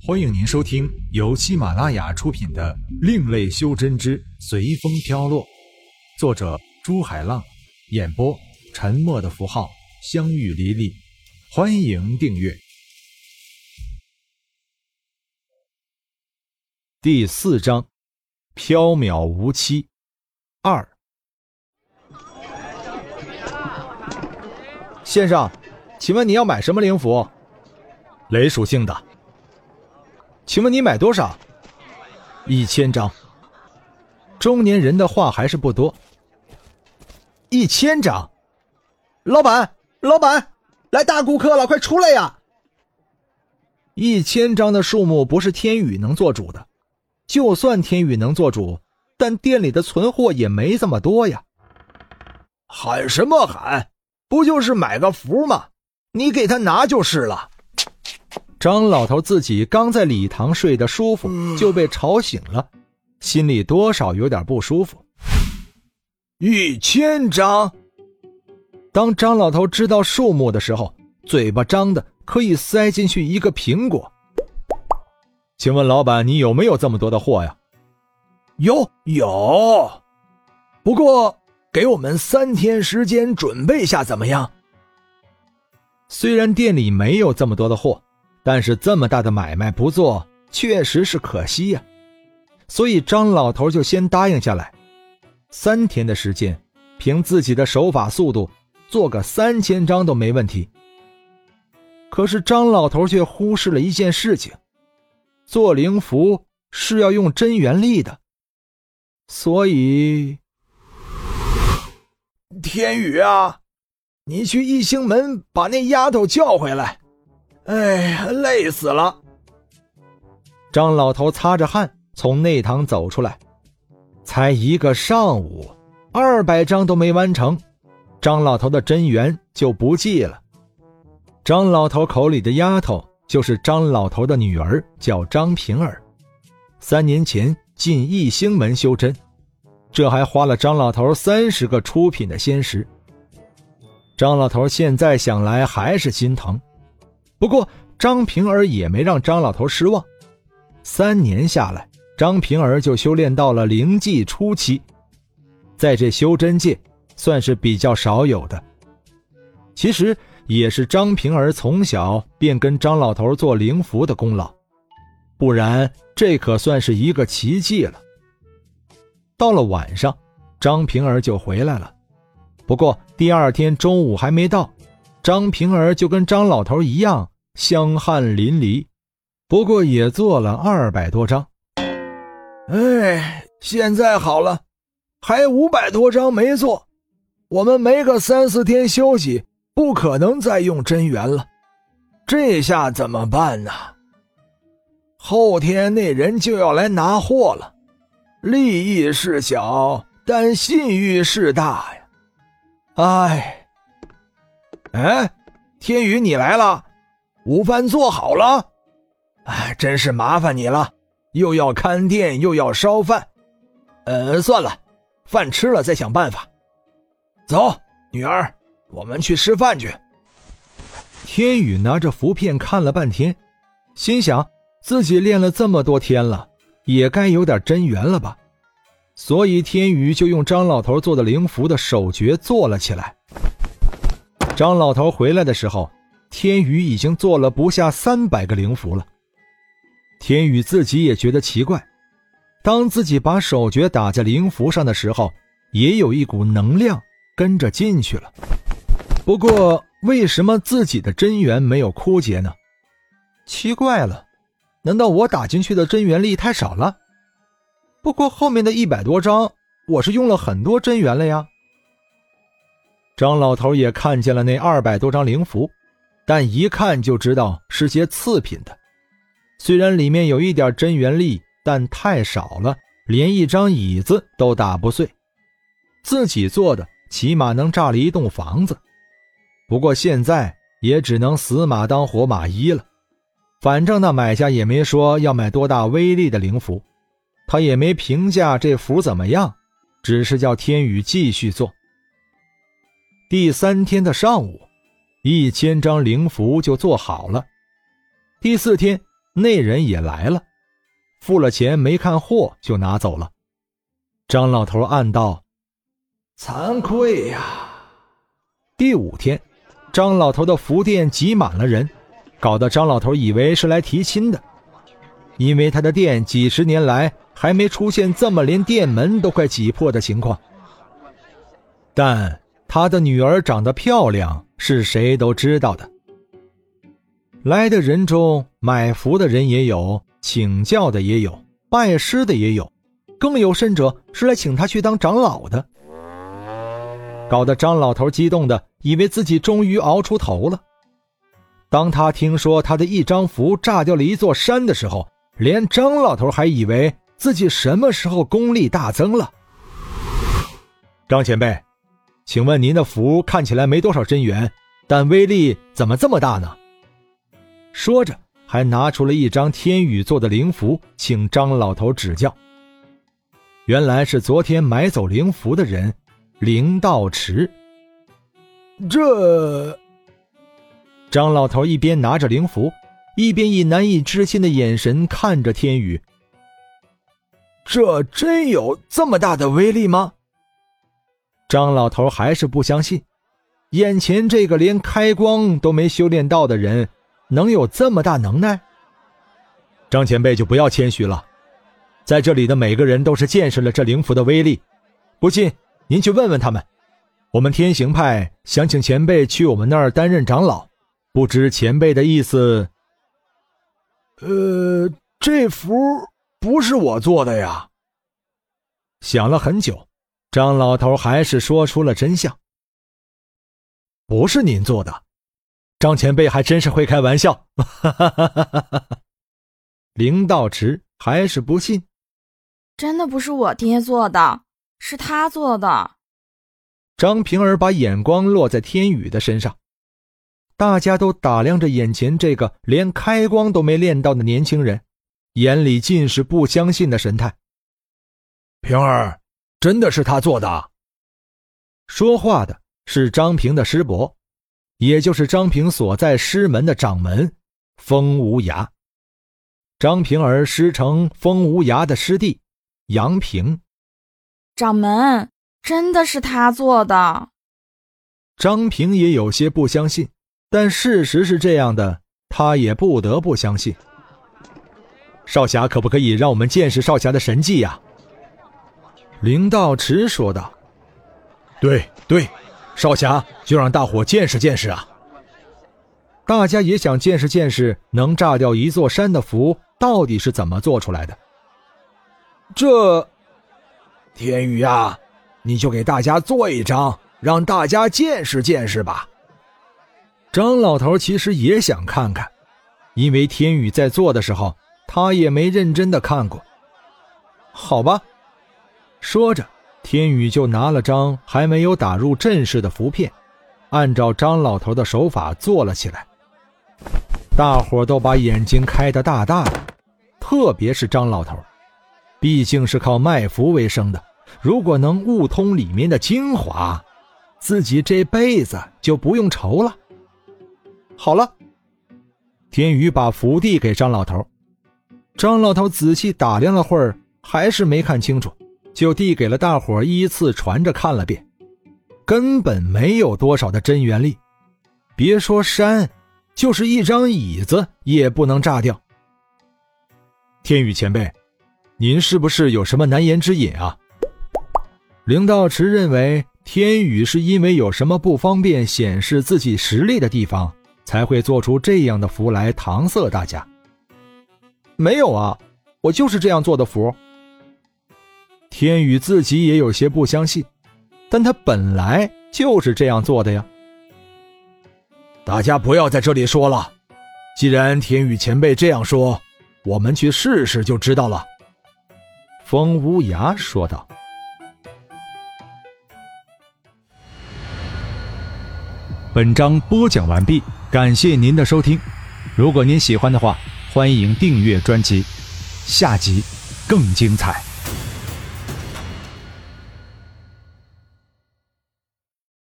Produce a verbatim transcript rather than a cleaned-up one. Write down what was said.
欢迎您收听由喜马拉雅出品的《另类修真之随风飘落》，作者朱海浪，演播沉默的符号，相遇离离。欢迎订阅。第四章，缥缈无期二。 先生，请问你要买什么灵符？ 雷属性的。 请问你买多少？ 一千张。中年人的话还是不多。 一千张？老板，老板，来大顾客了，快出来呀！一千张的数目不是天宇能做主的，就算天宇能做主，但店里的存货也没这么多呀。 喊什么喊？不就是买个符吗？你给他拿就是了。 张老头自己刚在礼堂睡得舒服，就被吵醒了，心里多少有点不舒服。 一千张？ 当张老头知道数目的时候，嘴巴张的可以塞进去一个苹果。 请问老板，你有没有这么多的货呀？ 有有，不过给我们三天时间准备下怎么样？ 虽然店里没有这么多的货，但是这么大的买卖不做，确实是可惜呀。所以张老头就先答应下来，三天的时间，凭自己的手法速度，做个三千张都没问题。可是张老头却忽视了一件事情，做灵符是要用真元力的，所以…… 天宇啊，你去一星门把那丫头叫回来。哎，累死了。 张老头擦着汗从内堂走出来，才一个上午，二百张都没完成，张老头的真元就不济了。张老头口里的丫头就是张老头的女儿，叫张平儿，三年前进一星门修真，这还花了张老头三十个出品的仙石。张老头现在想来还是心疼，不过张平儿也没让张老头失望，三年下来，张平儿就修炼到了灵技初期，在这修真界算是比较少有的。其实也是张平儿从小便跟张老头做灵符的功劳，不然这可算是一个奇迹了。到了晚上，张平儿就回来了，不过第二天中午还没到，张平儿就跟张老头一样香汗淋漓，不过也做了二百多张。 哎，现在好了，还五百多张没做，我们没个三四天休息，不可能再用真元了。这下怎么办呢？后天那人就要来拿货了，利益是小，但信誉是大呀。哎，哎，天宇你来了，午饭做好了。哎，真是麻烦你了，又要看店又要烧饭。呃，算了，饭吃了再想办法。走，女儿，我们去吃饭去。 天宇拿着符片看了半天，心想自己练了这么多天了，也该有点真元了吧。所以天宇就用张老头做的灵符的手诀做了起来。张老头回来的时候，天宇已经做了不下三百个灵符了。天宇自己也觉得奇怪，当自己把手诀打在灵符上的时候，也有一股能量跟着进去了。不过为什么自己的真元没有枯竭呢？奇怪了，难道我打进去的真元力太少了？不过后面的一百多张，我是用了很多真元了呀。张老头也看见了那二百多张灵符，但一看就知道是些次品的。虽然里面有一点真元力，但太少了，连一张椅子都打不碎。自己做的起码能炸了一栋房子。不过现在也只能死马当活马医了。反正那买家也没说要买多大威力的灵符，他也没评价这符怎么样，只是叫天宇继续做。第三天的上午，一千张灵符就做好了。第四天， 那人也来了，付了钱没看货就拿走了。张老头暗道： 惭愧呀。 第五天，张老头的福店挤满了人，搞得张老头以为是来提亲的，因为他的店几十年来还没出现这么连店门都快挤破的情况。但他的女儿长得漂亮是谁都知道的。来的人中，买福的人也有，请教的也有，拜师的也有，更有甚者是来请他去当长老的。搞得张老头激动的以为自己终于熬出头了。当他听说他的一张符炸掉了一座山的时候，连张老头还以为自己什么时候功力大增了。张前辈，请问您的符看起来没多少真元，但威力怎么这么大呢？说着还拿出了一张天宇做的灵符，请张老头指教。原来是昨天买走灵符的人灵道池。 这…… 张老头一边拿着灵符，一边以难以置信的眼神看着天宇。 这真有这么大的威力吗？ 张老头还是不相信，眼前这个连开光都没修炼到的人能有这么大能耐？张前辈就不要谦虚了，在这里的每个人都是见识了这灵符的威力，不信您去问问他们。我们天行派想请前辈去我们那儿担任长老，不知前辈的意思？ 呃，这符不是我做的呀。 想了很久，张老头还是说出了真相。不是您做的，张前辈还真是会开玩笑。灵道池还是不信。 真的不是我爹做的，是他做的。 张平儿把眼光落在天宇的身上，大家都打量着眼前这个连开光都没练到的年轻人，眼里尽是不相信的神态。 平儿，真的是他做的？ 说话的是张平的师伯，也就是张平所在师门的掌门风无涯。张平儿师承风无涯的师弟杨平。 掌门，真的是他做的。 张平也有些不相信，但事实是这样的，他也不得不相信。少侠可不可以让我们见识少侠的神迹呀？灵道池说道。对对，少侠就让大伙见识见识啊！大家也想见识见识能炸掉一座山的符到底是怎么做出来的。 这……天宇啊，你就给大家做一张，让大家见识见识吧。 张老头其实也想看看，因为天宇在做的时候他也没认真的看过。好吧，说着天宇就拿了张还没有打入阵势的符片，按照张老头的手法做了起来。大伙都把眼睛开得大大的，特别是张老头，毕竟是靠卖符为生的，如果能悟通里面的精华，自己这辈子就不用愁了。好了，天宇把符递给张老头，张老头仔细打量了会儿，还是没看清楚，就递给了大伙依次传着看了遍，根本没有多少的真元力，别说山，就是一张椅子也不能炸掉。天宇前辈，您是不是有什么难言之隐啊？灵道池认为天宇是因为有什么不方便显示自己实力的地方，才会做出这样的符来搪塞大家。没有啊，我就是这样做的符。天宇自己也有些不相信，但他本来就是这样做的呀。大家不要在这里说了，既然天宇前辈这样说，我们去试试就知道了。风无涯说道。本章播讲完毕，感谢您的收听。如果您喜欢的话，欢迎订阅专辑，下集更精彩。